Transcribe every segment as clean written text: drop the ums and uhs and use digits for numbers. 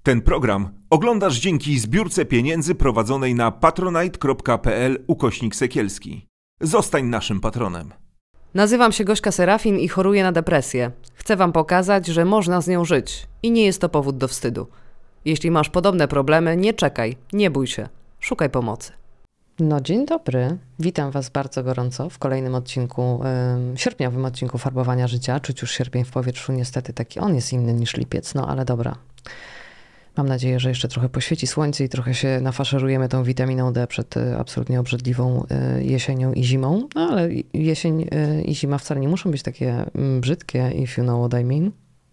Ten program oglądasz dzięki zbiórce pieniędzy prowadzonej na patronite.pl/Sekielski. Zostań naszym patronem. Nazywam się Gośka Serafin i choruję na depresję. Chcę Wam pokazać, że można z nią żyć i nie jest to powód do wstydu. Jeśli masz podobne problemy, nie czekaj, nie bój się, szukaj pomocy. No dzień dobry, witam Was bardzo gorąco w kolejnym odcinku, sierpniowym odcinku Farbowania Życia. Czuć już sierpień w powietrzu, niestety taki on jest inny niż lipiec, no ale dobra. Mam nadzieję, że jeszcze trochę poświeci słońce i trochę się nafaszerujemy tą witaminą D przed absolutnie obrzydliwą jesienią i zimą. No ale jesień i zima wcale nie muszą być takie brzydkie, if you know what I mean.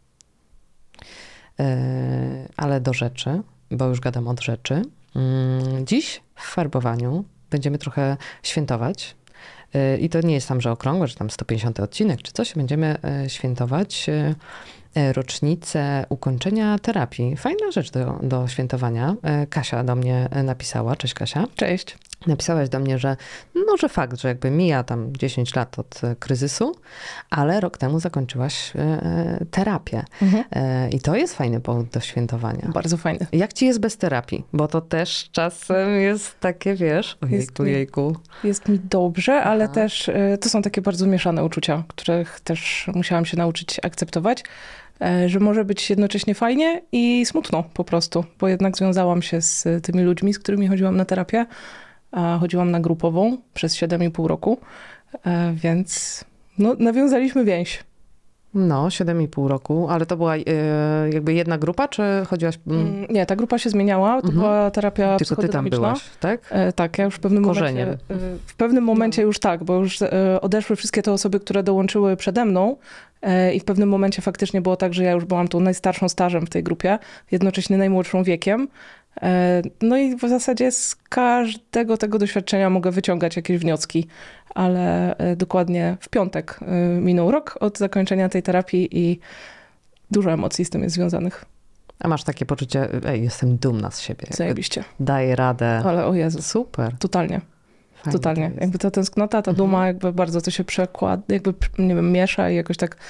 Ale do rzeczy, bo już gadam od rzeczy. Dziś w farbowaniu będziemy trochę świętować. I to nie jest tam, że okrągłe, że tam 150 odcinek czy coś. Będziemy świętować rocznicę ukończenia terapii. Fajna rzecz do świętowania. Kasia do mnie napisała. Cześć Kasia. Cześć. Napisałaś do mnie, że fakt, że jakby mija tam 10 lat od kryzysu, ale rok temu zakończyłaś terapię. I to jest fajny powód do świętowania. Bardzo fajny. Jak ci jest bez terapii? Bo to też czasem jest takie, wiesz, jejku. Jest mi dobrze, ale też to są takie bardzo mieszane uczucia, których też musiałam się nauczyć akceptować, że może być jednocześnie fajnie i smutno po prostu, bo jednak związałam się z tymi ludźmi, z którymi chodziłam na terapię. Chodziłam na grupową przez 7,5 roku, więc nawiązaliśmy więź. 7,5 roku, ale to była jakby jedna grupa, czy chodziłaś... Nie, ta grupa się zmieniała, to była terapia psychodynamiczna. Tylko ty tam byłaś, tak? Tak, ja już w pewnym momencie już tak, bo już odeszły wszystkie te osoby, które dołączyły przede mną i w pewnym momencie faktycznie było tak, że ja już byłam tą najstarszą stażem w tej grupie, jednocześnie najmłodszą wiekiem. No i w zasadzie z każdego tego doświadczenia mogę wyciągać jakieś wnioski, ale dokładnie w piątek minął rok od zakończenia tej terapii i dużo emocji z tym jest związanych. A masz takie poczucie, jestem dumna z siebie. Zajebiście. Daję radę. Ale o Jezu. Super. Totalnie. Fajnie. Totalnie. Jakby ta tęsknota, ta duma, jakby bardzo to się przekłada, jakby, nie wiem, miesza i jakoś tak...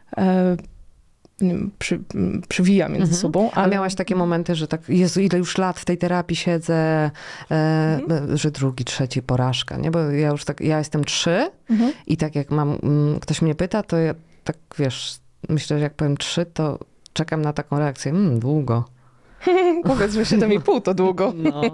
przywija między sobą. Ale... A miałaś takie momenty, że tak, Jezu, ile już lat w tej terapii siedzę, że drugi, trzeci porażka, nie? Bo ja już tak, ja jestem 3 i tak jak ktoś mnie pyta, to ja tak, wiesz, myślę, że jak powiem 3, to czekam na taką reakcję, długo. Powiedz, że 7,5 to długo.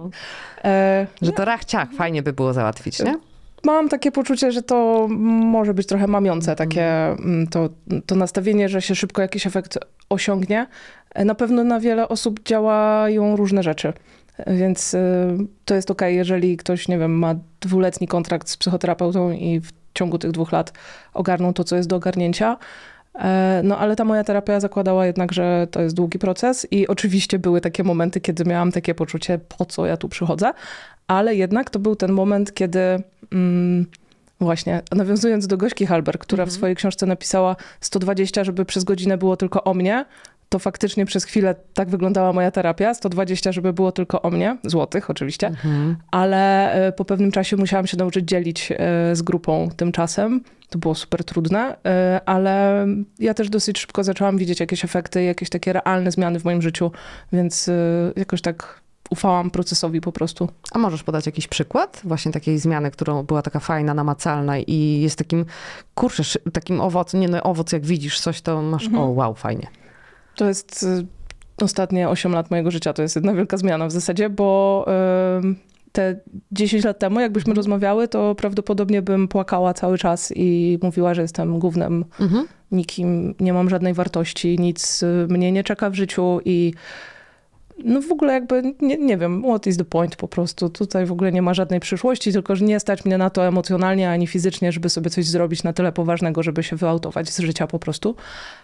Że to rachciach, fajnie by było załatwić, nie? Mam takie poczucie, że to może być trochę mamiące, takie to nastawienie, że się szybko jakiś efekt osiągnie. Na pewno na wiele osób działają różne rzeczy, więc to jest okej, jeżeli ktoś, nie wiem, ma 2-letni kontrakt z psychoterapeutą i w ciągu tych 2 lat ogarną to, co jest do ogarnięcia. No ale ta moja terapia zakładała jednak, że to jest długi proces i oczywiście były takie momenty, kiedy miałam takie poczucie, po co ja tu przychodzę, ale jednak to był ten moment, kiedy właśnie nawiązując do Gośki Halber, która w swojej książce napisała 120, żeby przez godzinę było tylko o mnie, to faktycznie przez chwilę tak wyglądała moja terapia, 120, żeby było tylko o mnie, złotych oczywiście, ale po pewnym czasie musiałam się nauczyć dzielić z grupą tymczasem. To było super trudne, ale ja też dosyć szybko zaczęłam widzieć jakieś efekty, jakieś takie realne zmiany w moim życiu, więc jakoś tak ufałam procesowi po prostu. A możesz podać jakiś przykład właśnie takiej zmiany, która była taka fajna, namacalna i jest takim, kurczę, takim owoc, jak widzisz coś, to masz, o wow, fajnie. To jest ostatnie 8 lat mojego życia, to jest jedna wielka zmiana w zasadzie, bo te 10 lat temu, jakbyśmy rozmawiały, to prawdopodobnie bym płakała cały czas i mówiła, że jestem gównem, nikim, nie mam żadnej wartości, nic mnie nie czeka w życiu i w ogóle jakby, nie wiem, what is the point po prostu. Tutaj w ogóle nie ma żadnej przyszłości, tylko że nie stać mnie na to emocjonalnie ani fizycznie, żeby sobie coś zrobić na tyle poważnego, żeby się wyautować z życia po prostu.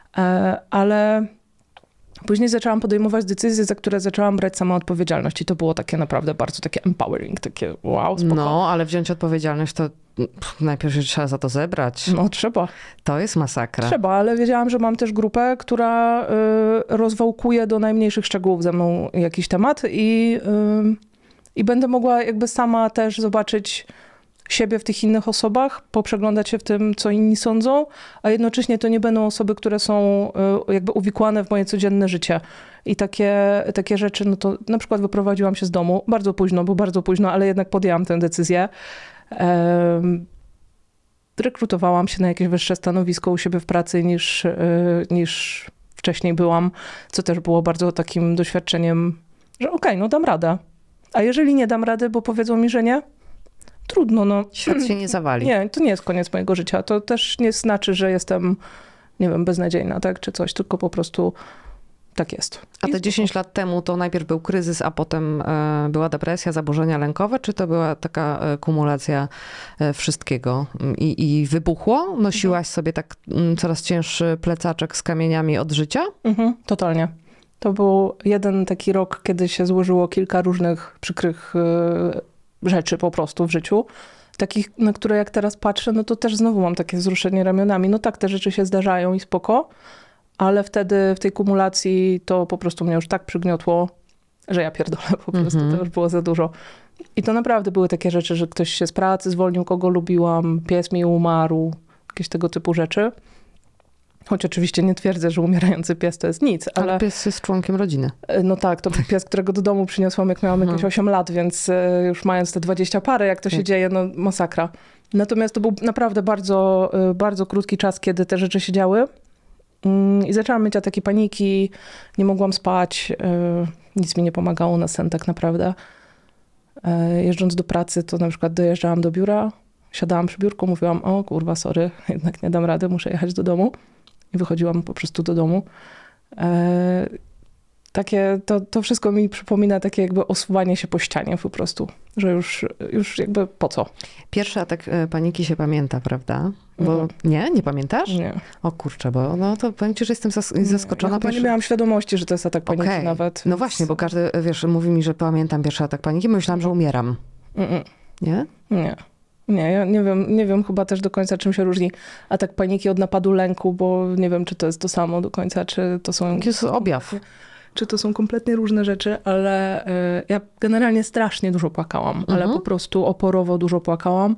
Ale później zaczęłam podejmować decyzje, za które zaczęłam brać sama odpowiedzialność i to było takie naprawdę bardzo takie empowering, takie wow, spoko. No, ale wziąć odpowiedzialność to najpierw się trzeba za to zebrać. No, trzeba. To jest masakra. Trzeba, ale wiedziałam, że mam też grupę, która rozwałkuje do najmniejszych szczegółów ze mną jakiś temat i będę mogła jakby sama też zobaczyć siebie w tych innych osobach, poprzeglądać się w tym, co inni sądzą, a jednocześnie to nie będą osoby, które są jakby uwikłane w moje codzienne życie. I takie rzeczy, no to na przykład wyprowadziłam się z domu bardzo późno, bo bardzo późno, ale jednak podjęłam tę decyzję. Rekrutowałam się na jakieś wyższe stanowisko u siebie w pracy niż wcześniej byłam, co też było bardzo takim doświadczeniem, że okej, no dam radę. A jeżeli nie dam rady, bo powiedzą mi, że nie, trudno, no. Świat się nie zawali. Nie, to nie jest koniec mojego życia. To też nie znaczy, że jestem, nie wiem, beznadziejna, tak, czy coś, tylko po prostu tak jest. A te 10 lat temu to najpierw był kryzys, a potem była depresja, zaburzenia lękowe, czy to była taka kumulacja wszystkiego i wybuchło? Nosiłaś sobie tak coraz cięższy plecaczek z kamieniami od życia? Totalnie. To był jeden taki rok, kiedy się złożyło kilka różnych przykrych rzeczy po prostu w życiu. Takich, na które jak teraz patrzę, no to też znowu mam takie wzruszenie ramionami. No tak, te rzeczy się zdarzają i spoko, ale wtedy w tej kumulacji to po prostu mnie już tak przygniotło, że ja pierdolę po prostu, to już było za dużo. I to naprawdę były takie rzeczy, że ktoś się z pracy zwolnił, kogo lubiłam, pies mi umarł, jakieś tego typu rzeczy. Choć oczywiście nie twierdzę, że umierający pies to jest nic, ale... pies jest członkiem rodziny. No tak, to był pies, którego do domu przyniosłam, jak miałam jakieś 8 lat, więc już mając te 20 parę, jak to się dzieje, no masakra. Natomiast to był naprawdę bardzo, bardzo krótki czas, kiedy te rzeczy się działy. I zaczęłam mieć ataki paniki, nie mogłam spać, nic mi nie pomagało na sen tak naprawdę. Jeżdżąc do pracy, to na przykład dojeżdżałam do biura, siadałam przy biurku, mówiłam, o kurwa, sorry, jednak nie dam rady, muszę jechać do domu. I wychodziłam po prostu do domu. To wszystko mi przypomina takie jakby osuwanie się po ścianie po prostu, że już jakby po co. Pierwszy atak paniki się pamięta, prawda? Bo nie pamiętasz? Nie. O kurczę, bo no to powiem ci, że jestem zaskoczona. Ja nie miałam świadomości, że to jest atak paniki nawet. No właśnie, bo każdy, wiesz, mówi mi, że pamiętam pierwszy atak paniki, myślałam, że umieram. Nie? Nie. Nie, ja nie wiem chyba też do końca, czym się różni atak paniki od napadu lęku, bo nie wiem, czy to jest to samo do końca, czy to są... Jest objaw. Czy to są kompletnie różne rzeczy, ale ja generalnie strasznie dużo płakałam, ale po prostu oporowo dużo płakałam.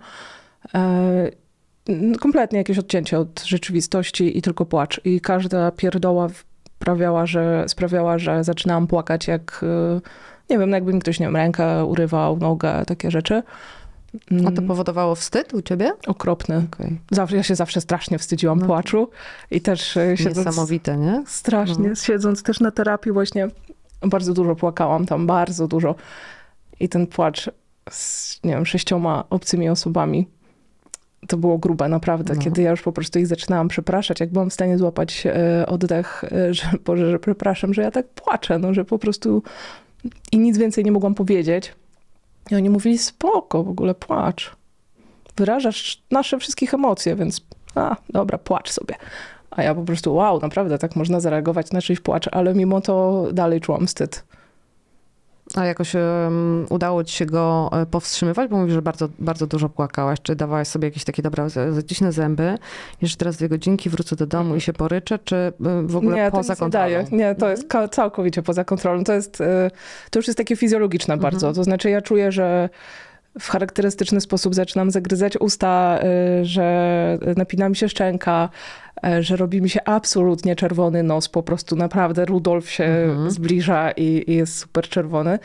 Kompletnie jakieś odcięcie od rzeczywistości i tylko płacz. I każda pierdoła sprawiała, że zaczynałam płakać jak, nie wiem, jakby mi ktoś, nie wiem, rękę urywał, nogę, takie rzeczy. A to powodowało wstyd u ciebie? Okropny. Okay. Ja się zawsze strasznie wstydziłam płaczu i też siedząc... Niesamowite, nie? Strasznie. Siedząc też na terapii właśnie bardzo dużo płakałam tam, bardzo dużo. I ten płacz z, nie wiem, 6 obcymi osobami, to było grube naprawdę. Kiedy ja już po prostu ich zaczynałam przepraszać, jak byłam w stanie złapać oddech, że Boże, że przepraszam, że ja tak płaczę, no, że po prostu i nic więcej nie mogłam powiedzieć. I oni mówili, spoko, w ogóle płacz. Wyrażasz nasze wszystkich emocje, więc dobra, płacz sobie. A ja po prostu, wow, naprawdę tak można zareagować na czyjś płacz, ale mimo to dalej czułam wstyd. A jakoś udało ci się go powstrzymywać? Bo mówisz, że bardzo, bardzo dużo płakałaś. Czy dawałaś sobie jakieś takie, dobra, zacisnę zęby, jeszcze teraz 2 godzinki, wrócę do domu i się poryczę, czy w ogóle poza kontrolą? Nie, to jest całkowicie poza kontrolą. To już jest takie fizjologiczne bardzo. To znaczy ja czuję, że w charakterystyczny sposób zaczynam zagryzać usta, że napina mi się szczęka, że robi mi się absolutnie czerwony nos, po prostu naprawdę Rudolf się zbliża i jest super czerwony.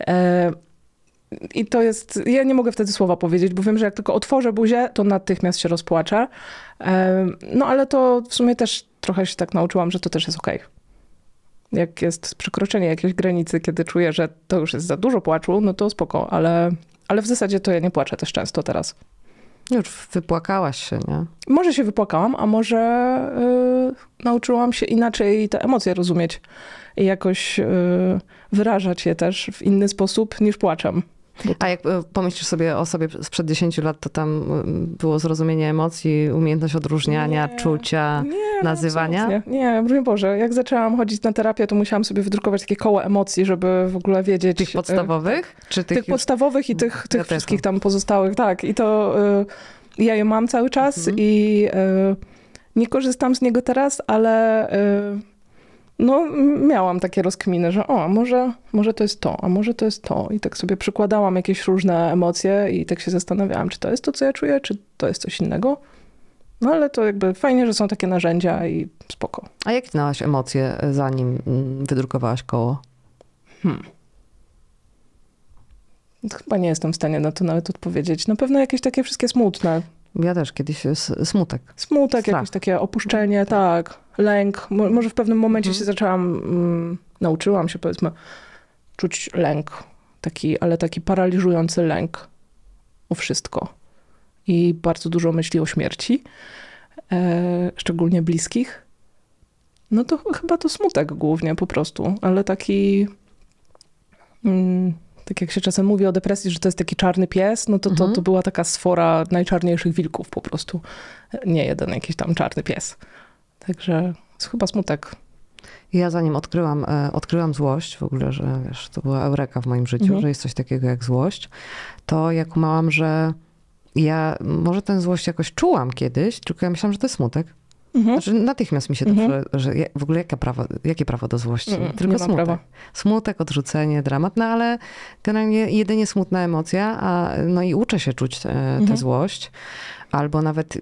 I to jest, ja nie mogę wtedy słowa powiedzieć, bo wiem, że jak tylko otworzę buzię, to natychmiast się rozpłaczę. No ale to w sumie też trochę się tak nauczyłam, że to też jest okej. Jak jest przekroczenie jakiejś granicy, kiedy czuję, że to już jest za dużo płaczu, no to spoko, ale w zasadzie to ja nie płaczę też często teraz. Już wypłakałaś się, nie? Może się wypłakałam, a może nauczyłam się inaczej te emocje rozumieć i jakoś wyrażać je też w inny sposób niż płaczem. A jak pomyślisz sobie o sobie sprzed 10 lat, to tam było zrozumienie emocji, umiejętność odróżniania, czucia, nazywania? Absolutnie. Nie, broń Boże. Jak zaczęłam chodzić na terapię, to musiałam sobie wydrukować takie koło emocji, żeby w ogóle wiedzieć. Tych podstawowych? Czy tych podstawowych i tych wszystkich tam pozostałych, tak. I to ja je mam cały czas i nie korzystam z niego teraz, ale No, miałam takie rozkminy, że może to jest to, a może to jest to. I tak sobie przykładałam jakieś różne emocje i tak się zastanawiałam, czy to jest to, co ja czuję, czy to jest coś innego. No ale to jakby fajnie, że są takie narzędzia i spoko. A jak znałaś emocje, zanim wydrukowałaś koło? Chyba nie jestem w stanie na to nawet odpowiedzieć. Na pewno jakieś takie wszystkie smutne. Ja też kiedyś smutek. Smutek, Strach. jakieś takie opuszczenie, tak. Lęk. Może w pewnym momencie się zaczęłam, nauczyłam się powiedzmy czuć lęk. Ale taki paraliżujący lęk o wszystko. I bardzo dużo myśli o śmierci. Szczególnie bliskich. No to chyba to smutek głównie po prostu. Ale taki... tak jak się czasem mówi o depresji, że to jest taki czarny pies, no to była taka sfora najczarniejszych wilków po prostu. Nie jeden jakiś tam czarny pies. Także jest chyba smutek. Ja zanim odkryłam złość w ogóle, że wiesz, to była eureka w moim życiu, że jest coś takiego jak złość, to ja kumałam, że ja może tę złość jakoś czułam kiedyś, tylko ja myślałam, że to jest smutek. Znaczy natychmiast mi się to, że w ogóle jakie prawo do złości? Tylko nie ma smutek. prawa. Smutek, odrzucenie, dramat, no ale generalnie jedynie smutna emocja, no i uczę się czuć tę złość. Albo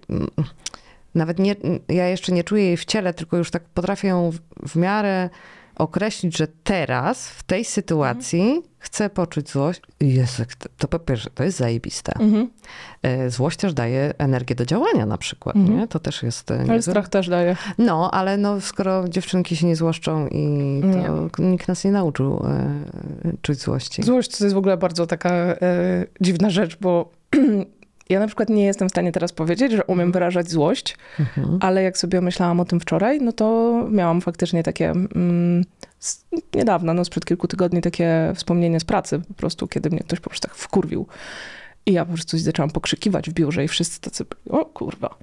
nawet nie, ja jeszcze nie czuję jej w ciele, tylko już tak potrafię ją w miarę określić, że teraz, w tej sytuacji chcę poczuć złość. Jezu, to po pierwsze, to jest zajebiste. Złość też daje energię do działania na przykład, nie? To też jest... Ale strach też daje. No, ale no, skoro dziewczynki się nie złoszczą i to nikt nas nie nauczył czuć złości. Złość to jest w ogóle bardzo taka dziwna rzecz, bo ja na przykład nie jestem w stanie teraz powiedzieć, że umiem wyrażać złość, ale jak sobie myślałam o tym wczoraj, no to miałam faktycznie takie niedawno, no sprzed kilku tygodni takie wspomnienie z pracy po prostu, kiedy mnie ktoś po prostu tak wkurwił. I ja po prostu zaczęłam pokrzykiwać w biurze i wszyscy tacy, o kurwa.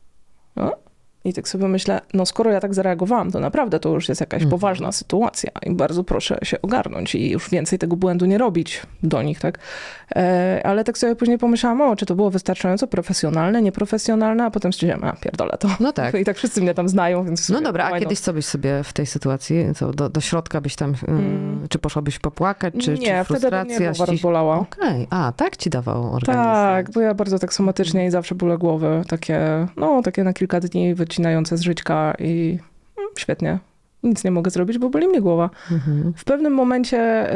I tak sobie myślę, no skoro ja tak zareagowałam, to naprawdę to już jest jakaś poważna sytuacja i bardzo proszę się ogarnąć i już więcej tego błędu nie robić do nich, tak? Ale tak sobie później pomyślałam, czy to było wystarczająco profesjonalne, nieprofesjonalne, a potem stwierdziłam, pierdolę to. No tak. I tak wszyscy mnie tam znają, więc... No dobra, a kiedyś co byś sobie w tej sytuacji, co do środka byś tam, czy poszłabyś popłakać, czy nie, frustracja? wtedy mnie głowa rozbolała. Okej, tak ci dawał organizm. Tak, bo ja bardzo tak somatycznie i zawsze bóle głowy, takie na kilka dni wycinające z żyćka i świetnie. Nic nie mogę zrobić, bo boli mnie głowa. W pewnym momencie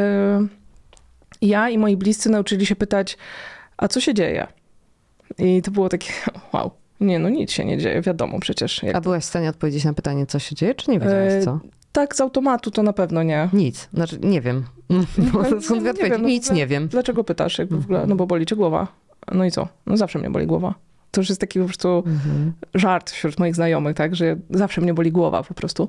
ja i moi bliscy nauczyli się pytać, a co się dzieje? I to było takie, wow, nie, no nic się nie dzieje, wiadomo przecież. A byłaś w stanie odpowiedzieć na pytanie, co się dzieje, czy nie wiedziałaś co? Tak, z automatu to na pewno nie. Nic, znaczy nie wiem. Skąd odpowiedź? Nic nie wiem. Dlaczego pytasz? Jakby w ogóle, no bo boli cię głowa. No i co? No zawsze mnie boli głowa. To już jest taki po prostu żart wśród moich znajomych, tak, że zawsze mnie boli głowa po prostu.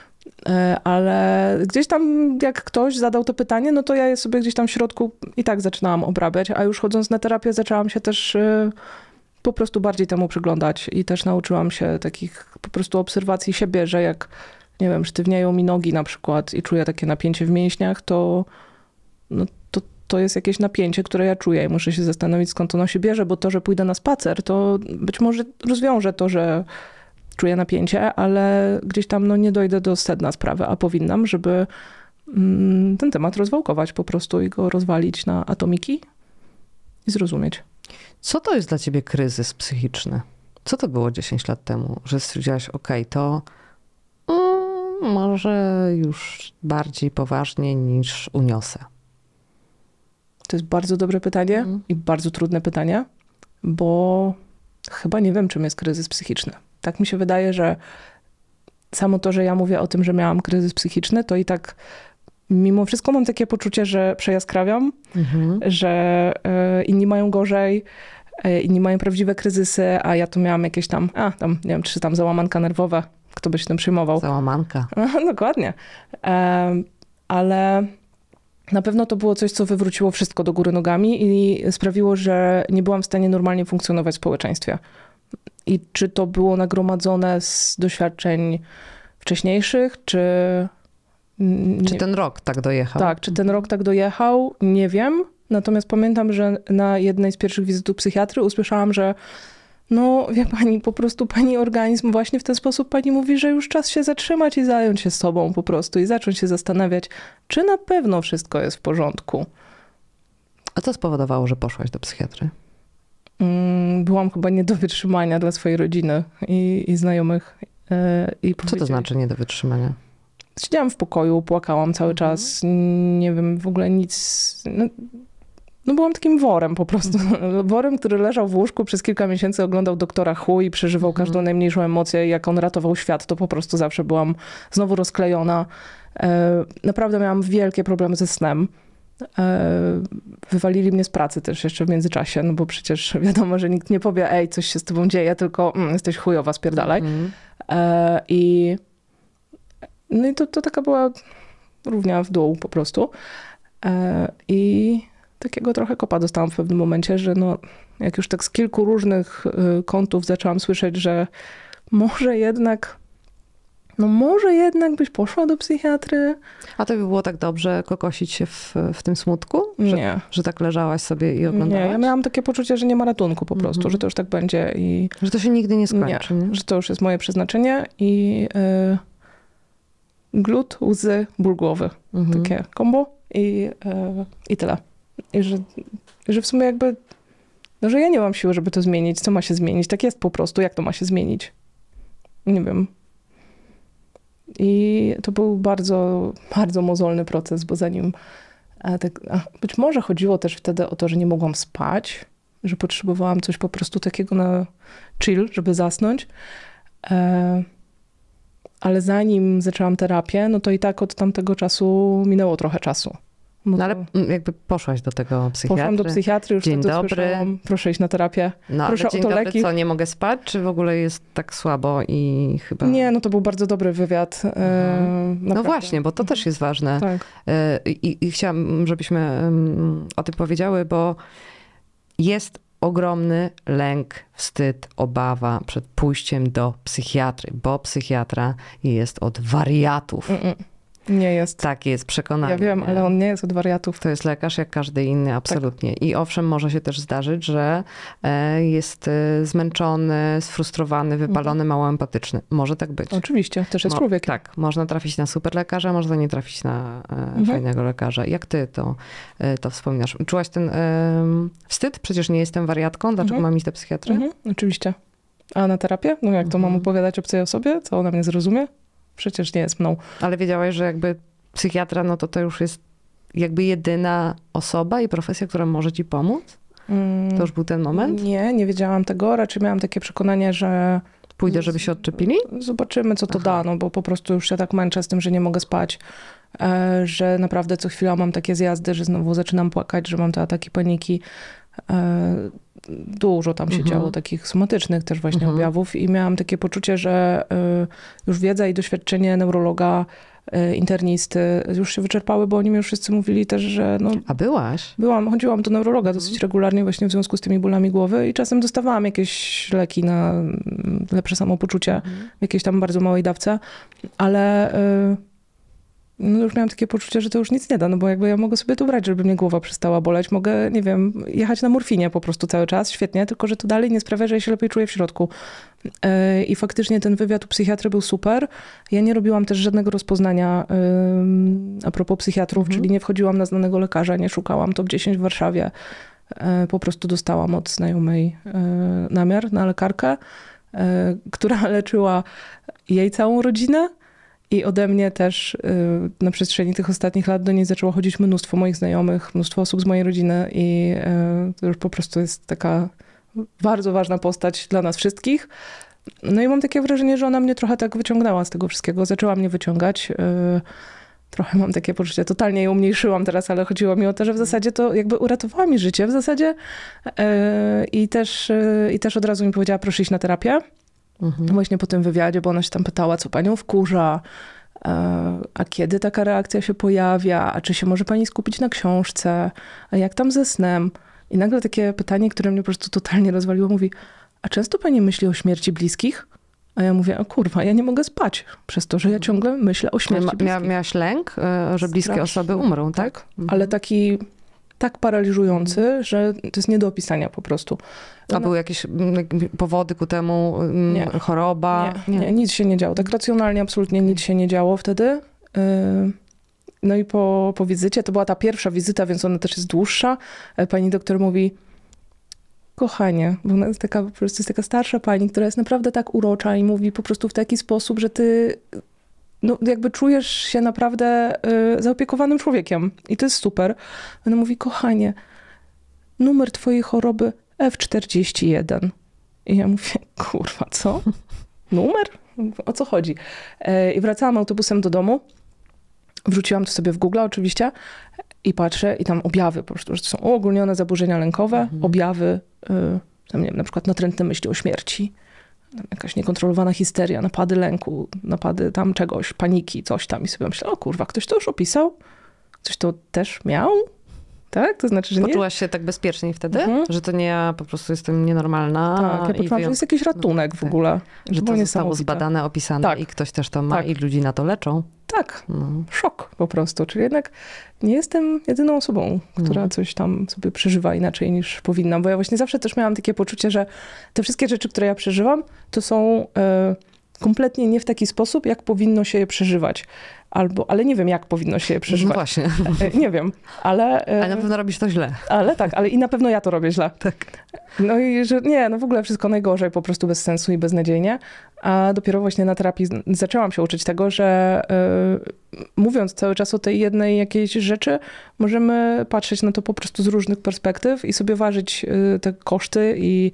Ale gdzieś tam, jak ktoś zadał to pytanie, no to ja je sobie gdzieś tam w środku i tak zaczynałam obrabiać, a już chodząc na terapię zaczęłam się też po prostu bardziej temu przyglądać i też nauczyłam się takich po prostu obserwacji siebie, że jak, nie wiem, sztywnieją mi nogi na przykład i czuję takie napięcie w mięśniach, to jest jakieś napięcie, które ja czuję i muszę się zastanowić, skąd ono się bierze, bo to, że pójdę na spacer, to być może rozwiąże to, że czuję napięcie, ale gdzieś tam nie dojdę do sedna sprawy, a powinnam, żeby ten temat rozwałkować po prostu i go rozwalić na atomiki i zrozumieć. Co to jest dla ciebie kryzys psychiczny? Co to było 10 lat temu, że stwierdziłaś, to może już bardziej poważnie niż uniosę? To jest bardzo dobre pytanie i bardzo trudne pytanie, bo chyba nie wiem, czym jest kryzys psychiczny. Tak mi się wydaje, że samo to, że ja mówię o tym, że miałam kryzys psychiczny, to i tak mimo wszystko mam takie poczucie, że przejaskrawiam, że inni mają gorzej, inni mają prawdziwe kryzysy, a ja tu miałam jakieś tam, nie wiem, czy tam załamanka nerwowa, kto by się tym przejmował. Załamanka. Dokładnie. Ale na pewno to było coś, co wywróciło wszystko do góry nogami i sprawiło, że nie byłam w stanie normalnie funkcjonować w społeczeństwie. I czy to było nagromadzone z doświadczeń wcześniejszych, czy... Czy ten rok tak dojechał? Tak, czy ten rok tak dojechał, nie wiem. Natomiast pamiętam, że na jednej z pierwszych wizyt u psychiatry usłyszałam, że no wie pani, po prostu pani organizm właśnie w ten sposób pani mówi, że już czas się zatrzymać i zająć się sobą po prostu i zacząć się zastanawiać, czy na pewno wszystko jest w porządku. A co spowodowało, że poszłaś do psychiatry? Byłam chyba nie do wytrzymania dla swojej rodziny i znajomych. Co to znaczy nie do wytrzymania? Siedziałam w pokoju, płakałam cały czas, nie wiem, w ogóle nic. No byłam takim worem po prostu. Worem, który leżał w łóżku przez kilka miesięcy, oglądał Doktora Who i przeżywał każdą najmniejszą emocję. Jak on ratował świat, to po prostu zawsze byłam znowu rozklejona. Naprawdę miałam wielkie problemy ze snem. Wywalili mnie z pracy też jeszcze w międzyczasie, no bo przecież wiadomo, że nikt nie powie, ej, coś się z tobą dzieje, tylko jesteś chujowa, spierdalaj. No i to taka była równia w dół po prostu. I takiego trochę kopa dostałam w pewnym momencie, że no, jak już tak z kilku różnych kątów zaczęłam słyszeć, że może jednak byś poszła do psychiatry. A to by było tak dobrze kokosić się w tym smutku? Nie. Że tak leżałaś sobie i oglądałaś? Nie, ja miałam takie poczucie, że nie ma ratunku po prostu, że to już tak będzie i... Że to się nigdy nie skończy, nie? Że to już jest moje przeznaczenie i glut, łzy, ból głowy. Takie kombo i tyle. I że w sumie jakby, no, że ja nie mam siły, żeby to zmienić. Co ma się zmienić? Tak jest po prostu. Jak to ma się zmienić? Nie wiem. I to był bardzo, bardzo mozolny proces, bo zanim być może chodziło też wtedy o to, że nie mogłam spać, że potrzebowałam coś po prostu takiego na chill, żeby zasnąć. Ale zanim zaczęłam terapię, no to i tak od tamtego czasu minęło trochę czasu. No ale jakby poszłaś do tego psychiatry. Poszłam do psychiatry, już Dzień wtedy dobry. Słyszałam, proszę iść na terapię. No proszę ale dzień o to dobry, leki. co, nie mogę spać? Czy w ogóle jest tak słabo i chyba... Nie, no to był bardzo dobry wywiad. No właśnie, bo to też jest ważne. Tak. I chciałam, żebyśmy o tym powiedziały, bo jest ogromny lęk, wstyd, obawa przed pójściem do psychiatry, bo psychiatra jest od wariatów. Nie jest. Takie jest przekonanie. Ja wiem, ale on nie jest od wariatów. To jest lekarz jak każdy inny, absolutnie. Tak. I owszem, może się też zdarzyć, że jest zmęczony, sfrustrowany, wypalony, mało empatyczny. Może tak być. Oczywiście, też jest człowiek. Tak, można trafić na super lekarza, można nie trafić na fajnego lekarza. Jak ty to wspominasz? Czułaś ten wstyd? Przecież nie jestem wariatką, dlaczego mam iść do psychiatry? Oczywiście. A na terapię? No jak to mam opowiadać obcej osobie? Co ona mnie zrozumie? Przecież nie jest mną. Ale wiedziałaś, że jakby psychiatra, no to już jest jakby jedyna osoba i profesja, która może ci pomóc? To już był ten moment? Nie wiedziałam tego. Raczej miałam takie przekonanie, że... Pójdę, żeby się odczepili? Zobaczymy, co to da, no bo po prostu już się tak męczę z tym, że nie mogę spać, że naprawdę co chwila mam takie zjazdy, że znowu zaczynam płakać, że mam te ataki paniki. Dużo tam się działo takich somatycznych też właśnie objawów i miałam takie poczucie, że już wiedza i doświadczenie neurologa, internisty już się wyczerpały, bo oni mi już wszyscy mówili też, że... No, a byłaś? Chodziłam do neurologa dosyć regularnie właśnie w związku z tymi bólami głowy i czasem dostawałam jakieś leki na lepsze samopoczucie w jakiejś tam bardzo małej dawce, ale... No już miałam takie poczucie, że to już nic nie da, no bo jakby ja mogę sobie to brać, żeby mnie głowa przestała boleć. Mogę, nie wiem, jechać na morfinie po prostu cały czas, świetnie, tylko że to dalej nie sprawia, że ja się lepiej czuję w środku. I faktycznie ten wywiad u psychiatry był super. Ja nie robiłam też żadnego rozpoznania a propos psychiatrów, czyli nie wchodziłam na znanego lekarza, nie szukałam top 10 w Warszawie. Po prostu dostałam od znajomej namiar na lekarkę, która leczyła jej całą rodzinę. I ode mnie też na przestrzeni tych ostatnich lat do niej zaczęło chodzić mnóstwo moich znajomych, mnóstwo osób z mojej rodziny i to już po prostu jest taka bardzo ważna postać dla nas wszystkich. No i mam takie wrażenie, że ona mnie trochę tak wyciągnęła z tego wszystkiego, zaczęła mnie wyciągać. Trochę mam takie poczucie, totalnie ją umniejszyłam teraz, ale chodziło mi o to, że w zasadzie to jakby uratowała mi życie w zasadzie i też od razu mi powiedziała, proszę iść na terapię. Właśnie po tym wywiadzie, bo ona się tam pytała, co panią wkurza, a kiedy taka reakcja się pojawia, a czy się może pani skupić na książce, a jak tam ze snem. I nagle takie pytanie, które mnie po prostu totalnie rozwaliło, mówi, a często pani myśli o śmierci bliskich? A ja mówię, o kurwa, ja nie mogę spać przez to, że ja ciągle myślę o śmierci bliskich. Miałaś lęk, że bliskie osoby umrą, tak? Ale taki tak paraliżujący, że to jest nie do opisania po prostu. A były jakieś powody ku temu? Nie. Choroba? Nie, nic się nie działo. Tak racjonalnie absolutnie nic się nie działo wtedy. No i po wizycie, to była ta pierwsza wizyta, więc ona też jest dłuższa. Pani doktor mówi, kochanie, bo ona jest taka, po prostu jest taka starsza pani, która jest naprawdę tak urocza i mówi po prostu w taki sposób, że ty no, jakby czujesz się naprawdę zaopiekowanym człowiekiem. I to jest super. Ona mówi, kochanie, numer twojej choroby F41. I ja mówię, kurwa, co? Numer? O co chodzi? I wracałam autobusem do domu. Wrzuciłam to sobie w Google oczywiście i patrzę i tam objawy po prostu, że to są uogólnione zaburzenia lękowe, objawy, tam nie wiem, na przykład natrętne myśli o śmierci, tam jakaś niekontrolowana histeria, napady lęku, napady tam czegoś, paniki, coś tam. I sobie myślę, o kurwa, ktoś to już opisał? Ktoś to też miał? Tak? To znaczy, że nie? Poczułaś się tak bezpieczniej wtedy? Że to nie ja po prostu jestem nienormalna? Tak, ja poczułam, że jest jakiś ratunek w ogóle. Że to było zostało niesamowite. zbadane, opisane Tak. i ktoś też to ma Tak. i ludzi na to leczą. Tak, szok po prostu. Czyli jednak nie jestem jedyną osobą, która coś tam sobie przeżywa inaczej niż powinna. Bo ja właśnie zawsze też miałam takie poczucie, że te wszystkie rzeczy, które ja przeżywam, to są kompletnie nie w taki sposób, jak powinno się je przeżywać. Ale nie wiem, jak powinno się je No przeżywać. właśnie. Nie wiem, ale... Ale na pewno robisz to źle. Ale tak, ale i na pewno ja to robię źle. Tak. No i że nie, no w ogóle wszystko najgorzej, po prostu bez sensu i beznadziejnie. A dopiero właśnie na terapii zaczęłam się uczyć tego, że mówiąc cały czas o tej jednej jakiejś rzeczy, możemy patrzeć na to po prostu z różnych perspektyw i sobie ważyć te koszty i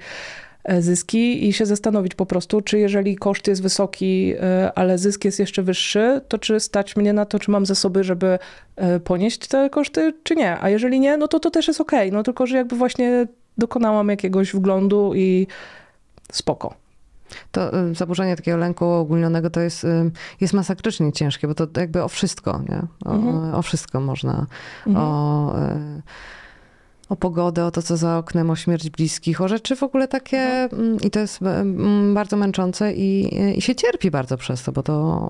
zyski i się zastanowić po prostu, czy jeżeli koszt jest wysoki, ale zysk jest jeszcze wyższy, to czy stać mnie na to, czy mam zasoby, żeby ponieść te koszty, czy nie. A jeżeli nie, no to też jest okej. No tylko, że jakby właśnie dokonałam jakiegoś wglądu i spoko. To zaburzenie takiego lęku ogólnionego to jest masakrycznie ciężkie, bo to jakby o wszystko, nie? O wszystko można. O pogodę, o to, co za oknem, o śmierć bliskich, o rzeczy w ogóle takie i to jest bardzo męczące i się cierpi bardzo przez to, bo to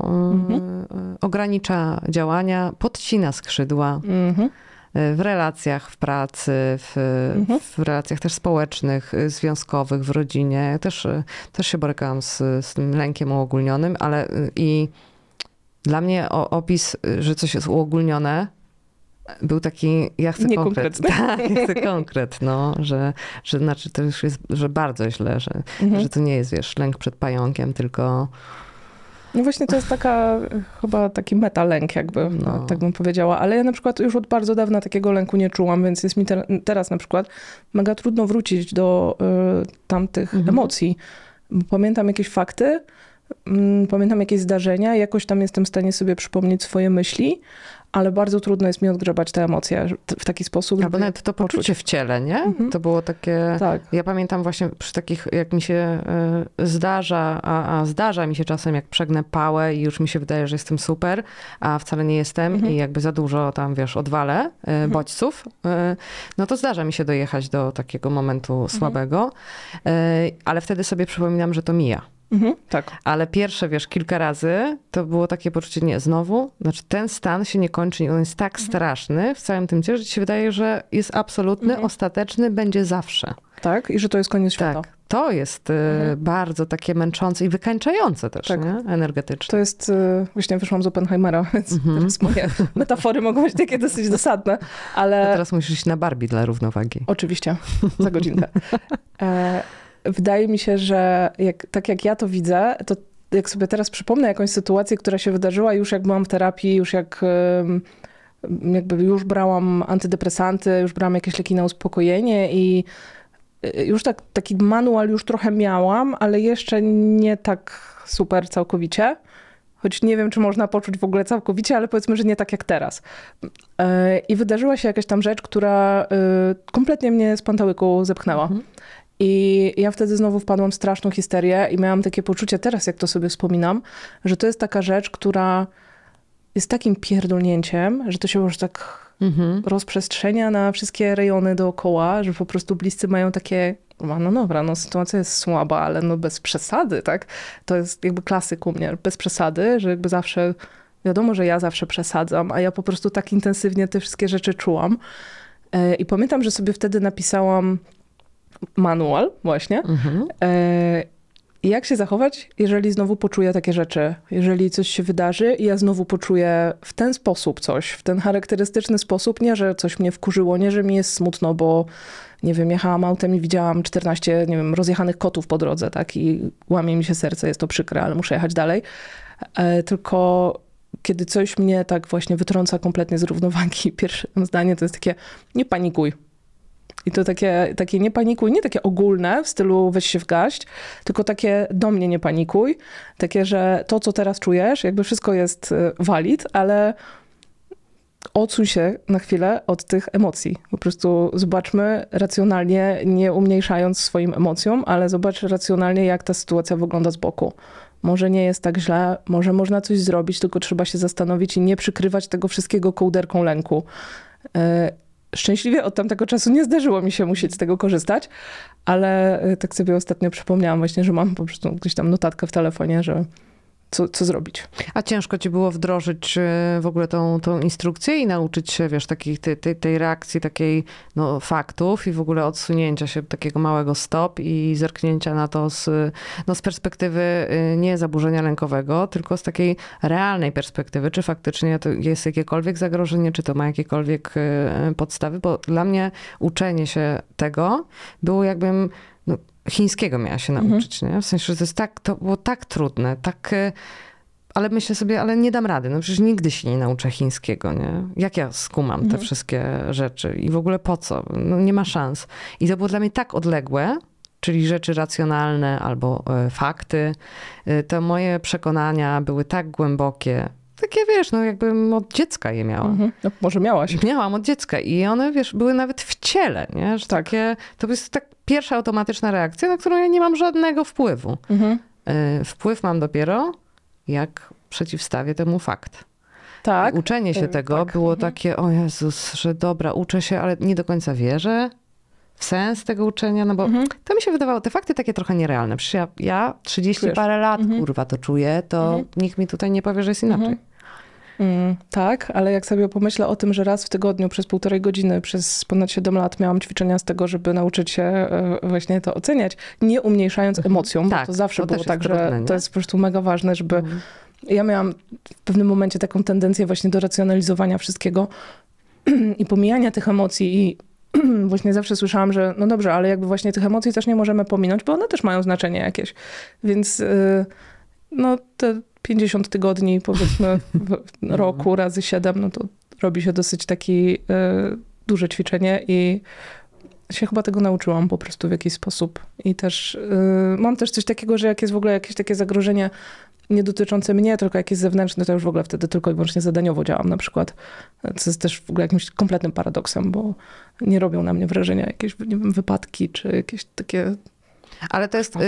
ogranicza działania, podcina skrzydła w relacjach, w pracy, w relacjach też społecznych, związkowych, w rodzinie. Też się borykałam z tym lękiem uogólnionym, ale i dla mnie opis, że coś jest uogólnione, był taki, ja chcę konkret. Tak, ja chcę konkret, no, że znaczy to już jest, że bardzo źle, że to nie jest, wiesz, lęk przed pająkiem, tylko... No właśnie to jest chyba taki metalęk jakby, tak bym powiedziała. Ale ja na przykład już od bardzo dawna takiego lęku nie czułam, więc jest mi teraz na przykład mega trudno wrócić do tamtych emocji. Bo pamiętam jakieś fakty, pamiętam jakieś zdarzenia, jakoś tam jestem w stanie sobie przypomnieć swoje myśli, ale bardzo trudno jest mi odgrzebać te emocje w taki sposób. Albo nawet to poczucie w ciele, nie? To było takie... Tak. Ja pamiętam właśnie przy takich, jak mi się zdarza, a zdarza mi się czasem, jak przegnę pałę i już mi się wydaje, że jestem super, a wcale nie jestem i jakby za dużo tam, wiesz, odwalę bodźców, no to zdarza mi się dojechać do takiego momentu słabego, ale wtedy sobie przypominam, że to mija. Tak. Ale pierwsze, wiesz, kilka razy to było takie poczucie, nie, znowu, znaczy ten stan się nie kończy, on jest tak straszny w całym tym ciele, że ci się wydaje, że jest absolutny, ostateczny, będzie zawsze. Tak, i że to jest koniec świata. Tak, to jest bardzo takie męczące i wykańczające też, Tak. nie? Energetycznie. To jest, właśnie wyszłam z Oppenheimera, więc teraz moje metafory mogą być takie dosyć dosadne, ale... A teraz musisz iść na Barbie dla równowagi. Oczywiście, za godzinkę. Wydaje mi się, że tak jak ja to widzę, to jak sobie teraz przypomnę jakąś sytuację, która się wydarzyła już jak byłam w terapii, już jakby już brałam antydepresanty, już brałam jakieś leki na uspokojenie i już taki manual już trochę miałam, ale jeszcze nie tak super całkowicie. Choć nie wiem, czy można poczuć w ogóle całkowicie, ale powiedzmy, że nie tak jak teraz. I wydarzyła się jakaś tam rzecz, która kompletnie mnie z pantałyku zepchnęła. I ja wtedy znowu wpadłam w straszną histerię i miałam takie poczucie teraz, jak to sobie wspominam, że to jest taka rzecz, która jest takim pierdolnięciem, że to się już tak rozprzestrzenia na wszystkie rejony dookoła, że po prostu bliscy mają takie, no dobra, no sytuacja jest słaba, ale no bez przesady, tak? To jest jakby klasyk u mnie, bez przesady, że jakby zawsze, wiadomo, że ja zawsze przesadzam, a ja po prostu tak intensywnie te wszystkie rzeczy czułam. I pamiętam, że sobie wtedy napisałam manual właśnie. Jak się zachować, jeżeli znowu poczuję takie rzeczy? Jeżeli coś się wydarzy i ja znowu poczuję w ten sposób coś, w ten charakterystyczny sposób, nie, że coś mnie wkurzyło, nie, że mi jest smutno, bo nie wiem, jechałam autem i widziałam 14, nie wiem, rozjechanych kotów po drodze, tak, i łamie mi się serce, jest to przykre, ale muszę jechać dalej. Tylko kiedy coś mnie tak właśnie wytrąca kompletnie z równowagi, pierwsze zdanie to jest takie, nie panikuj. I to takie nie panikuj, nie takie ogólne w stylu weź się w garść, tylko takie do mnie nie panikuj. Takie, że to, co teraz czujesz, jakby wszystko jest valid, ale odsuń się na chwilę od tych emocji. Po prostu zobaczmy racjonalnie, nie umniejszając swoim emocjom, ale zobacz racjonalnie, jak ta sytuacja wygląda z boku. Może nie jest tak źle, może można coś zrobić, tylko trzeba się zastanowić i nie przykrywać tego wszystkiego kołderką lęku. Szczęśliwie od tamtego czasu nie zdarzyło mi się musieć z tego korzystać, ale tak sobie ostatnio przypomniałam właśnie, że mam po prostu gdzieś tam notatkę w telefonie, że co zrobić. A ciężko ci było wdrożyć w ogóle tą instrukcję i nauczyć się, wiesz, tej reakcji, takiej faktów i w ogóle odsunięcia się takiego małego stop i zerknięcia na to z perspektywy nie zaburzenia lękowego, tylko z takiej realnej perspektywy, czy faktycznie to jest jakiekolwiek zagrożenie, czy to ma jakiekolwiek podstawy, bo dla mnie uczenie się tego było jakbym chińskiego miała się nauczyć, nie? W sensie, że to było tak trudne, ale myślę sobie, ale nie dam rady. No przecież nigdy się nie nauczę chińskiego, nie? Jak ja skumam te wszystkie rzeczy i w ogóle po co? No nie ma szans. I to było dla mnie tak odległe, czyli rzeczy racjonalne albo fakty. Te moje przekonania były tak głębokie, takie, wiesz, no jakbym od dziecka je miała. No, może miałaś. Miałam od dziecka i one, wiesz, były nawet w ciele, nie? Że Tak. To jest tak pierwsza automatyczna reakcja, na którą ja nie mam żadnego wpływu. Wpływ mam dopiero, jak przeciwstawię temu fakt. Tak. I uczenie się tego było takie, o Jezus, że dobra, uczę się, ale nie do końca wierzę w sens tego uczenia, no bo to mi się wydawało, te fakty takie trochę nierealne. Przecież ja 30 parę lat, kurwa, to czuję, to nikt mi tutaj nie powie, że jest inaczej. Tak, ale jak sobie pomyślę o tym, że raz w tygodniu przez 1,5 godziny przez ponad 7 lat miałam ćwiczenia z tego, żeby nauczyć się właśnie to oceniać, nie umniejszając emocjom, Tak, bo to zawsze to było też tak, jest trudne, że nie? to jest po prostu mega ważne, żeby... Ja miałam w pewnym momencie taką tendencję właśnie do racjonalizowania wszystkiego i pomijania tych emocji i właśnie zawsze słyszałam, że no dobrze, ale jakby właśnie tych emocji też nie możemy pominąć, bo one też mają znaczenie jakieś. Więc no te 50 tygodni powiedzmy w roku razy 7, no to robi się dosyć taki duże ćwiczenie i się chyba tego nauczyłam po prostu w jakiś sposób. I też mam też coś takiego, że jak jest w ogóle jakieś takie zagrożenie nie dotyczące mnie, tylko jakieś zewnętrzne, to już w ogóle wtedy tylko i wyłącznie zadaniowo działam na przykład. Co jest też w ogóle jakimś kompletnym paradoksem, bo nie robią na mnie wrażenia jakieś, nie wiem, wypadki, czy jakieś takie... Ale to jest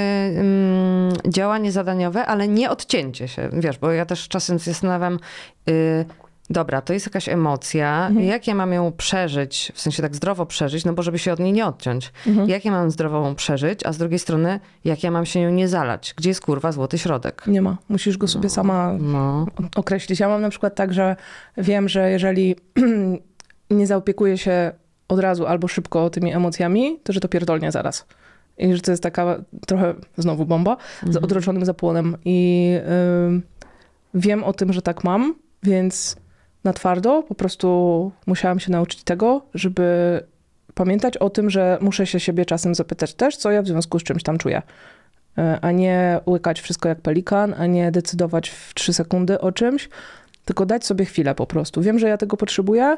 działanie zadaniowe, ale nie odcięcie się, wiesz, bo ja też czasem się zastanawiam, dobra, to jest jakaś emocja, jak ja mam ją przeżyć, w sensie tak zdrowo przeżyć, no bo żeby się od niej nie odciąć. Jak ja mam zdrowo ją przeżyć, a z drugiej strony, jak ja mam się nią nie zalać? Gdzie jest kurwa złoty środek? Nie ma. Musisz go sobie sama określić. Ja mam na przykład tak, że wiem, że jeżeli nie zaopiekuję się od razu albo szybko tymi emocjami, to że to pierdolnie zaraz. I że to jest taka trochę, znowu bomba, z odroczonym zapłonem. I wiem o tym, że tak mam, więc na twardo po prostu musiałam się nauczyć tego, żeby pamiętać o tym, że muszę się siebie czasem zapytać też, co ja w związku z czymś tam czuję. A nie łykać wszystko jak pelikan, a nie decydować w 3 sekundy o czymś, tylko dać sobie chwilę po prostu. Wiem, że ja tego potrzebuję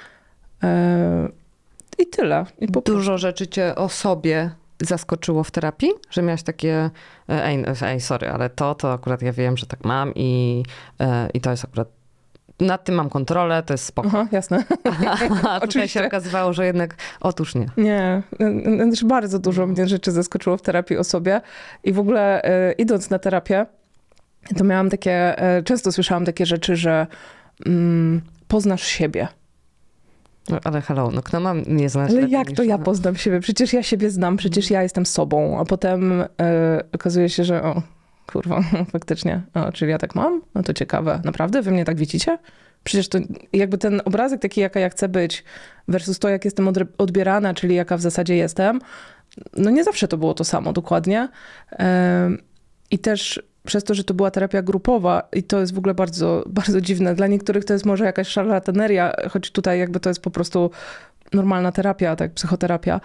i tyle. I Dużo rzeczy cię o sobie zaskoczyło w terapii? Że miałaś takie, sorry, ale to akurat ja wiem, że tak mam i to jest akurat, nad tym mam kontrolę, to jest spoko. Aha, jasne. A tutaj się okazywało, że jednak, otóż nie. Nie, bardzo dużo mnie rzeczy zaskoczyło w terapii o sobie i w ogóle idąc na terapię, to miałam takie, często słyszałam takie rzeczy, że poznasz siebie. No, ale hello, no kto ma nie znać? Ale jak to ja poznam siebie? Przecież ja siebie znam, przecież ja jestem sobą, a potem okazuje się, że o kurwa, faktycznie, czyli ja tak mam? No to ciekawe. Naprawdę? Wy mnie tak widzicie? Przecież to jakby ten obrazek taki, jaka ja chcę być versus to, jak jestem odbierana, czyli jaka w zasadzie jestem, no nie zawsze to było to samo dokładnie. I też przez to, że to była terapia grupowa i to jest w ogóle bardzo, bardzo dziwne. Dla niektórych to jest może jakaś szarlataneria, choć tutaj jakby to jest po prostu normalna terapia, tak, psychoterapia,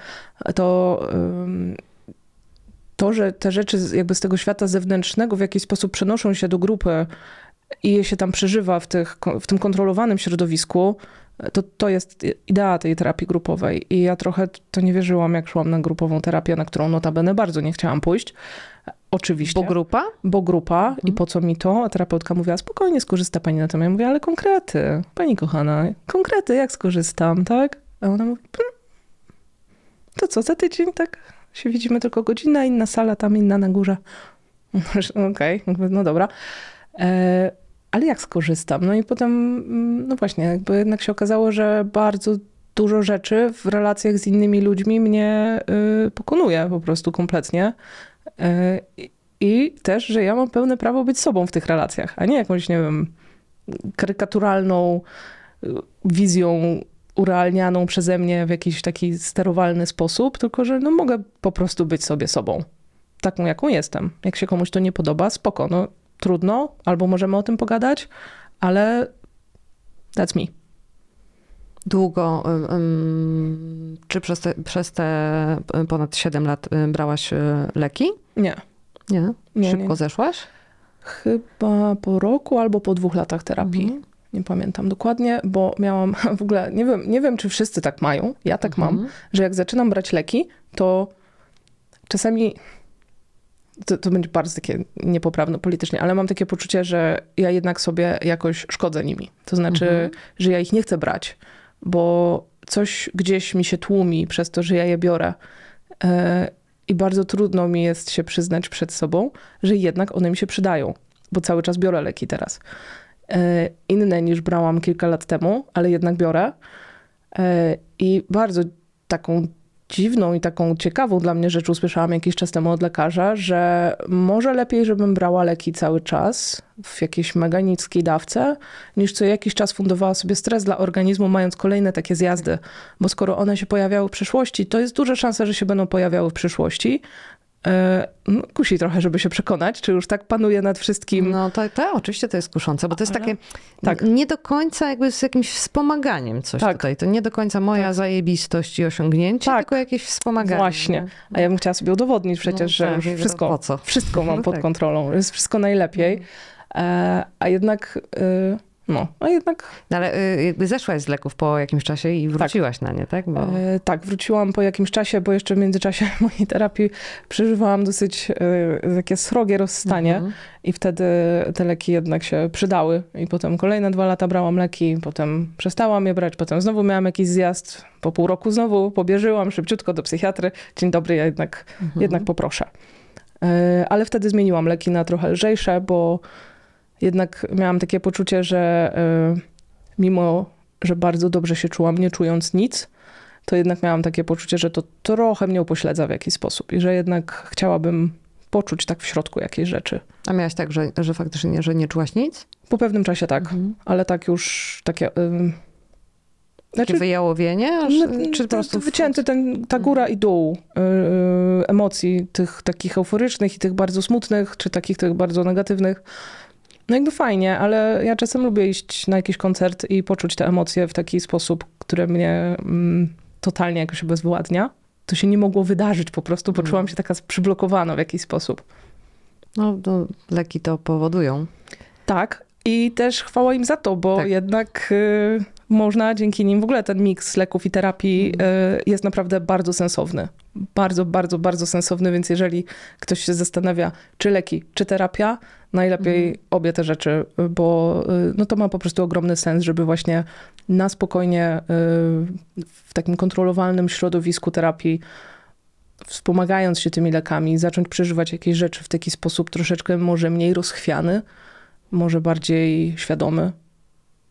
to, że te rzeczy jakby z tego świata zewnętrznego w jakiś sposób przenoszą się do grupy i je się tam przeżywa w tym kontrolowanym środowisku, to jest idea tej terapii grupowej. I ja trochę to nie wierzyłam, jak szłam na grupową terapię, na którą notabene bardzo nie chciałam pójść. Oczywiście. Bo grupa. I po co mi to? A terapeutka mówiła, spokojnie skorzysta pani na tym. Ja mówię, ale konkrety, pani kochana, konkrety, jak skorzystam, tak? A ona mówi, to co, za tydzień, tak? Się widzimy tylko godzina, inna sala, tam inna na górze. Okej, no dobra. Ale jak skorzystam? No i potem, no właśnie, jakby jednak się okazało, że bardzo dużo rzeczy w relacjach z innymi ludźmi mnie pokonuje po prostu kompletnie. I też, że ja mam pełne prawo być sobą w tych relacjach, a nie jakąś, nie wiem, karykaturalną wizją urealnianą przeze mnie w jakiś taki sterowalny sposób, tylko że no mogę po prostu być sobie sobą. Taką, jaką jestem. Jak się komuś to nie podoba, spoko, no trudno, albo możemy o tym pogadać, ale that's me. Długo, czy przez te ponad 7 lat brałaś leki? Nie. Nie? Szybko zeszłaś? Chyba po roku albo po 2 latach terapii. Nie pamiętam dokładnie, bo miałam w ogóle, nie wiem, czy wszyscy tak mają, ja tak mam, że jak zaczynam brać leki, to czasami, to będzie bardzo takie niepoprawne politycznie, ale mam takie poczucie, że ja jednak sobie jakoś szkodzę nimi. To znaczy, że ja ich nie chcę brać, bo coś gdzieś mi się tłumi przez to, że ja je biorę. I bardzo trudno mi jest się przyznać przed sobą, że jednak one mi się przydają, bo cały czas biorę leki teraz. Inne niż brałam kilka lat temu, ale jednak biorę. I bardzo taką dziwną i taką ciekawą dla mnie rzecz usłyszałam jakiś czas temu od lekarza, że może lepiej, żebym brała leki cały czas w jakiejś mega niskiej dawce, niż co jakiś czas fundowała sobie stres dla organizmu, mając kolejne takie zjazdy. Bo skoro one się pojawiały w przyszłości, to jest duża szansa, że się będą pojawiały w przyszłości. No, kusi trochę, żeby się przekonać, czy już tak panuje nad wszystkim. No to oczywiście to jest kuszące, bo to jest takie nie do końca jakby z jakimś wspomaganiem coś tutaj. To nie do końca moja zajebistość i osiągnięcie, tylko jakieś wspomaganie. Właśnie. A ja bym chciała sobie udowodnić przecież, że już wszystko mam pod kontrolą, że jest wszystko najlepiej. A jednak... No ale jakby zeszłaś z leków po jakimś czasie i wróciłaś na nie, tak? Tak, wróciłam po jakimś czasie, bo jeszcze w międzyczasie mojej terapii przeżywałam dosyć takie srogie rozstanie i wtedy te leki jednak się przydały. I potem kolejne 2 lata brałam leki, potem przestałam je brać, potem znowu miałam jakiś zjazd, po pół roku znowu pobierzyłam szybciutko do psychiatry. Dzień dobry, ja jednak poproszę. Ale wtedy zmieniłam leki na trochę lżejsze, bo jednak miałam takie poczucie, że mimo, że bardzo dobrze się czułam, nie czując nic, to jednak miałam takie poczucie, że to trochę mnie upośledza w jakiś sposób i że jednak chciałabym poczuć tak w środku jakieś rzeczy. A miałaś tak, że faktycznie, że nie czułaś nic? Po pewnym czasie tak, ale tak już takie... Takie wyjałowienie? Czy po prostu wycięty ta góra i dół emocji, tych takich euforycznych i tych bardzo smutnych, czy takich tych bardzo negatywnych. No jakby fajnie, ale ja czasem lubię iść na jakiś koncert i poczuć te emocje w taki sposób, który mnie totalnie jakoś obezwładnia. To się nie mogło wydarzyć, po prostu poczułam się taka przyblokowana w jakiś sposób. No, leki to powodują. Tak. I też chwała im za to, bo jednak można dzięki nim, w ogóle ten miks leków i terapii jest naprawdę bardzo sensowny. Bardzo, bardzo, bardzo sensowny, więc jeżeli ktoś się zastanawia, czy leki, czy terapia, najlepiej obie te rzeczy, bo no to ma po prostu ogromny sens, żeby właśnie na spokojnie w takim kontrolowalnym środowisku terapii, wspomagając się tymi lekami, zacząć przeżywać jakieś rzeczy w taki sposób troszeczkę może mniej rozchwiany, może bardziej świadomy.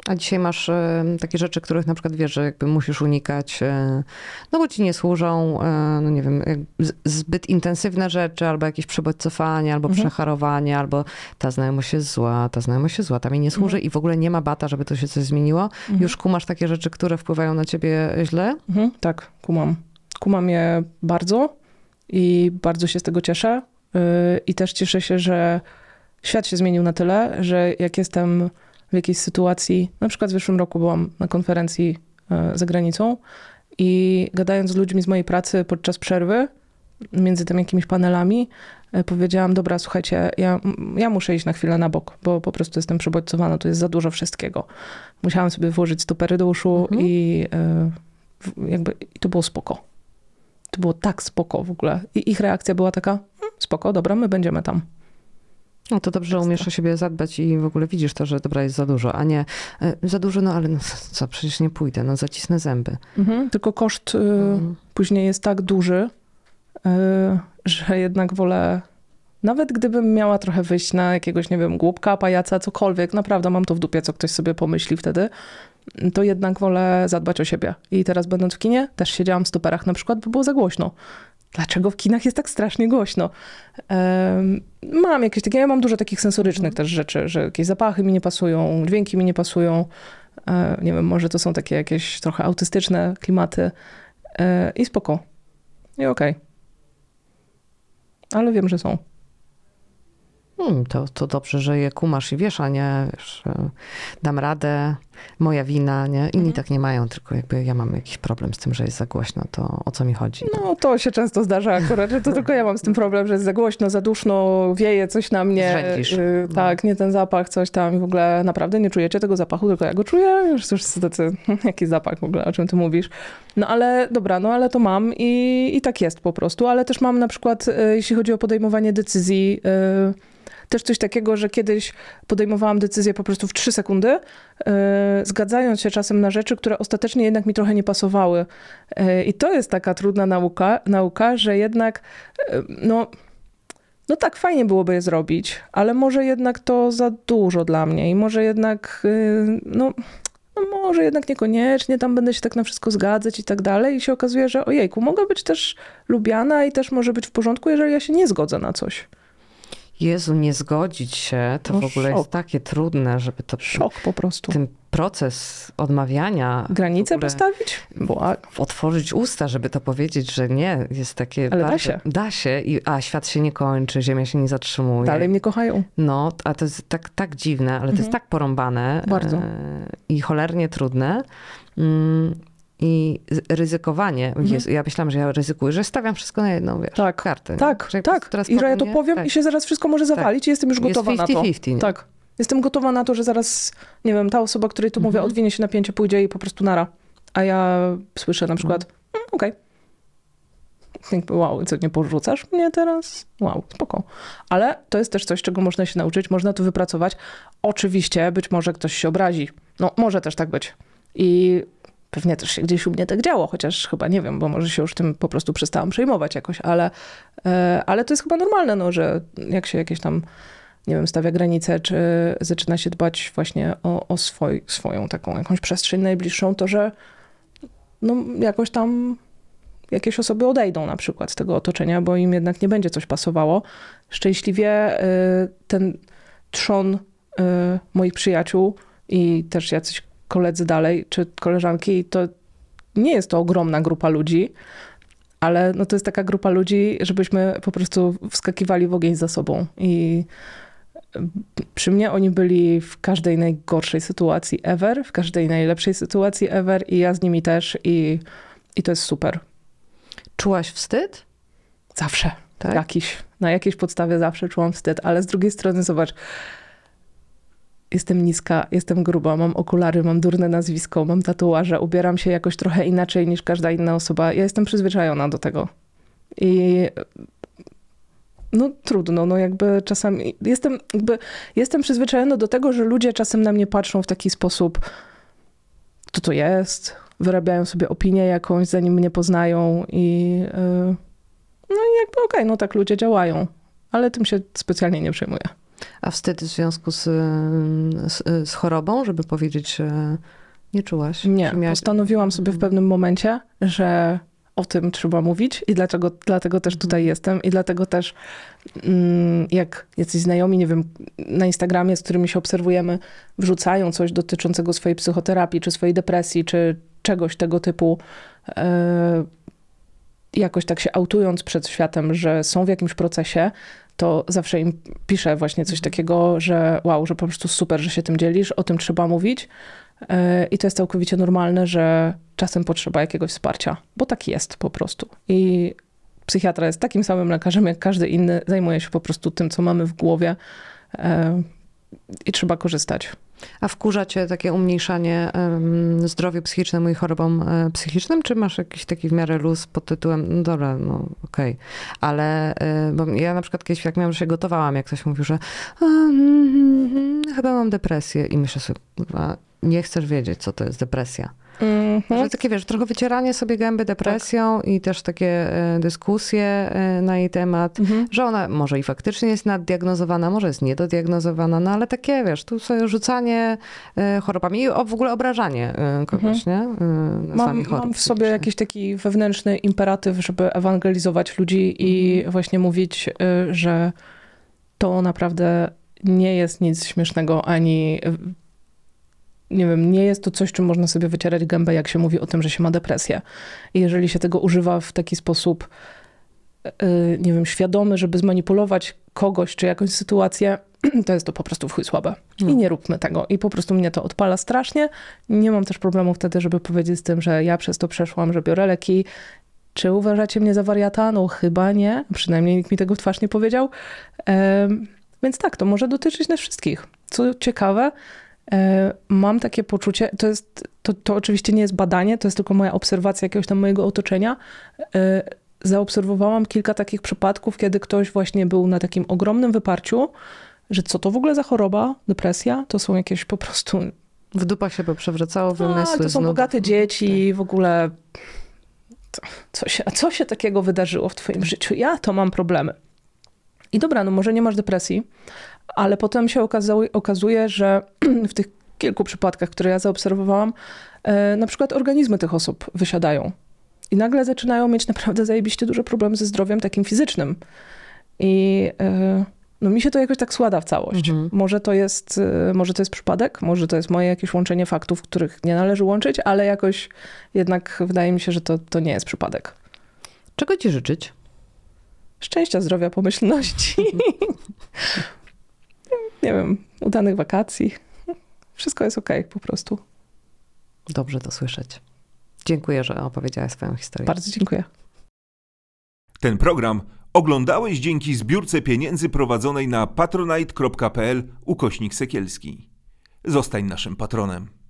A dzisiaj masz takie rzeczy, których na przykład wiesz, że jakby musisz unikać, no bo ci nie służą, no nie wiem, zbyt intensywne rzeczy, albo jakieś przebodźcowanie, albo przecharowanie, albo ta znajomość jest zła, ta mi nie służy i w ogóle nie ma bata, żeby to się coś zmieniło. Już kumasz takie rzeczy, które wpływają na ciebie źle? Tak, kumam. Kumam je bardzo i bardzo się z tego cieszę. I też cieszę się, że świat się zmienił na tyle, że jak jestem w jakiejś sytuacji, na przykład w zeszłym roku byłam na konferencji za granicą i gadając z ludźmi z mojej pracy podczas przerwy, między tam jakimiś panelami, powiedziałam, dobra, słuchajcie, ja muszę iść na chwilę na bok, bo po prostu jestem przebodźcowana, to jest za dużo wszystkiego. Musiałam sobie włożyć stopery do uszu i to było spoko. To było tak spoko w ogóle. I ich reakcja była taka, spoko, dobra, my będziemy tam. No to dobrze, że umiesz o siebie zadbać i w ogóle widzisz to, że dobra, jest za dużo, a nie za dużo, no ale no co, przecież nie pójdę, no zacisnę zęby. Tylko koszt później jest tak duży, że jednak wolę, nawet gdybym miała trochę wyjść na jakiegoś, nie wiem, głupka, pajaca, cokolwiek, naprawdę mam to w dupie, co ktoś sobie pomyśli wtedy, to jednak wolę zadbać o siebie. I teraz będąc w kinie, też siedziałam w stoperach na przykład, bo było za głośno. Dlaczego w kinach jest tak strasznie głośno? Mam jakieś takie, ja mam dużo takich sensorycznych też rzeczy, że jakieś zapachy mi nie pasują, dźwięki mi nie pasują. Nie wiem, może to są takie jakieś trochę autystyczne klimaty. I spoko. I okej. Ale wiem, że są. To dobrze, że je kumasz i wiesz, a nie wiesz, dam radę, moja wina, nie? Inni tak nie mają, tylko jakby ja mam jakiś problem z tym, że jest za głośno, to o co mi chodzi? No to się często zdarza akurat, że to tylko ja mam z tym problem, że jest za głośno, za duszno, wieje coś na mnie. Zrzędzisz. Tak, nie ten zapach, coś tam i w ogóle naprawdę nie czujecie tego zapachu, tylko ja go czuję. Już tacy, jaki zapach w ogóle, o czym ty mówisz. No ale dobra, no ale to mam i tak jest po prostu, ale też mam na przykład, jeśli chodzi o podejmowanie decyzji, też coś takiego, że kiedyś podejmowałam decyzję po prostu w 3 sekundy, zgadzając się czasem na rzeczy, które ostatecznie jednak mi trochę nie pasowały. I to jest taka trudna nauka, że jednak, no tak, fajnie byłoby je zrobić, ale może jednak to za dużo dla mnie i może jednak, może jednak niekoniecznie, tam będę się tak na wszystko zgadzać i tak dalej. I się okazuje, że ojejku, mogę być też lubiana i też może być w porządku, jeżeli ja się nie zgodzę na coś. Jezu, nie zgodzić się, to w ogóle jest takie trudne, żeby to... Szok po prostu. Ten proces odmawiania... Granicę postawić? Otworzyć usta, żeby to powiedzieć, że nie, jest takie... Ale bardzo, da się. Da się, a świat się nie kończy, ziemia się nie zatrzymuje. Dalej mnie kochają. No, a to jest tak dziwne, ale to jest tak porąbane. Bardzo. I cholernie trudne. I ryzykowanie, Jezu, ja myślałam, że ja ryzykuję, że stawiam wszystko na jedną, wiesz, kartę. Tak. I że ja to powiem i się zaraz wszystko może zawalić i jestem już gotowa na to. 50-50, tak. Jestem gotowa na to, że zaraz, nie wiem, ta osoba, której tu mówię, odwinie się napięcie, pójdzie i po prostu nara. A ja słyszę na przykład, okej. Wow, co, nie porzucasz mnie teraz? Wow, spoko. Ale to jest też coś, czego można się nauczyć, można to wypracować. Oczywiście, być może ktoś się obrazi. No, może też tak być. I pewnie też się gdzieś u mnie tak działo, chociaż chyba nie wiem, bo może się już tym po prostu przestałam przejmować jakoś, ale to jest chyba normalne, no, że jak się jakieś tam, nie wiem, stawia granice, czy zaczyna się dbać właśnie o swoją taką jakąś przestrzeń najbliższą, to że no jakoś tam jakieś osoby odejdą na przykład z tego otoczenia, bo im jednak nie będzie coś pasowało. Szczęśliwie ten trzon moich przyjaciół i też jacyś koledzy dalej, czy koleżanki, to nie jest to ogromna grupa ludzi, ale no to jest taka grupa ludzi, żebyśmy po prostu wskakiwali w ogień za sobą. I przy mnie oni byli w każdej najgorszej sytuacji ever, w każdej najlepszej sytuacji ever i ja z nimi też i to jest super. Czułaś wstyd? Zawsze. Tak? Na jakiejś podstawie zawsze czułam wstyd, ale z drugiej strony zobacz, jestem niska, jestem gruba, mam okulary, mam durne nazwisko, mam tatuaże, ubieram się jakoś trochę inaczej niż każda inna osoba. Ja jestem przyzwyczajona do tego. I no trudno, no jakby czasami jestem przyzwyczajona do tego, że ludzie czasem na mnie patrzą w taki sposób, co to jest, wyrabiają sobie opinię jakąś, zanim mnie poznają i no i jakby okej, no tak ludzie działają, ale tym się specjalnie nie przejmuję. A wstyd w związku z chorobą, żeby powiedzieć, że nie czułaś? Nie, postanowiłam sobie w pewnym momencie, że o tym trzeba mówić i dlatego też tutaj jestem i dlatego też jak jacyś znajomi, nie wiem, na Instagramie, z którymi się obserwujemy, wrzucają coś dotyczącego swojej psychoterapii, czy swojej depresji, czy czegoś tego typu, jakoś tak się autując przed światem, że są w jakimś procesie, to zawsze im piszę właśnie coś takiego, że wow, że po prostu super, że się tym dzielisz, o tym trzeba mówić. I to jest całkowicie normalne, że czasem potrzeba jakiegoś wsparcia, bo tak jest po prostu. I psychiatra jest takim samym lekarzem jak każdy inny, zajmuje się po prostu tym, co mamy w głowie i trzeba korzystać. A wkurza cię takie umniejszanie zdrowiu psychicznemu i chorobom psychicznym, czy masz jakiś taki w miarę luz pod tytułem, no dobra, no okej. Ale, bo ja na przykład kiedyś jak miałam, że się gotowałam, jak ktoś mówił, że chyba mam depresję i myślę sobie, nie chcesz wiedzieć, co to jest depresja. Że takie, wiesz, trochę wycieranie sobie gęby depresją i też takie dyskusje na jej temat, że ona może i faktycznie jest naddiagnozowana, może jest niedodiagnozowana, no ale takie, wiesz, tu sobie rzucanie chorobami i w ogóle obrażanie kogoś, nie? Mam w sobie jakiś taki wewnętrzny imperatyw, żeby ewangelizować ludzi i właśnie mówić, że to naprawdę nie jest nic śmiesznego, ani nie wiem, nie jest to coś, czym można sobie wycierać gębę, jak się mówi o tym, że się ma depresję. I jeżeli się tego używa w taki sposób, nie wiem, świadomy, żeby zmanipulować kogoś czy jakąś sytuację, to jest to po prostu w chuj słabe. I nie róbmy tego. I po prostu mnie to odpala strasznie. Nie mam też problemu wtedy, żeby powiedzieć z tym, że ja przez to przeszłam, że biorę leki. Czy uważacie mnie za wariata? No chyba nie. Przynajmniej nikt mi tego w twarz nie powiedział. Więc tak, to może dotyczyć nas wszystkich. Co ciekawe, mam takie poczucie, to oczywiście nie jest badanie, to jest tylko moja obserwacja jakiegoś tam mojego otoczenia. Zaobserwowałam kilka takich przypadków, kiedy ktoś właśnie był na takim ogromnym wyparciu, że co to w ogóle za choroba, depresja, to są jakieś po prostu... W dupa się poprzewracało wymysły. To są bogate dzieci, w ogóle... Co się takiego wydarzyło w twoim życiu? Ja to mam problemy. I dobra, no może nie masz depresji, ale potem się okazuje, że w tych kilku przypadkach, które ja zaobserwowałam, na przykład organizmy tych osób wysiadają. I nagle zaczynają mieć naprawdę zajebiście duże problemy ze zdrowiem takim fizycznym. I no mi się to jakoś tak składa w całość. Może to jest przypadek, może to jest moje jakieś łączenie faktów, których nie należy łączyć, ale jakoś jednak wydaje mi się, że to nie jest przypadek. Czego ci życzyć? Szczęścia, zdrowia, pomyślności. Nie wiem, udanych wakacji. Wszystko jest okej, po prostu. Dobrze to słyszeć. Dziękuję, że opowiedziałaś swoją historię. Bardzo dziękuję. Ten program oglądałeś dzięki zbiórce pieniędzy prowadzonej na patronite.pl/Sekielski. Zostań naszym patronem.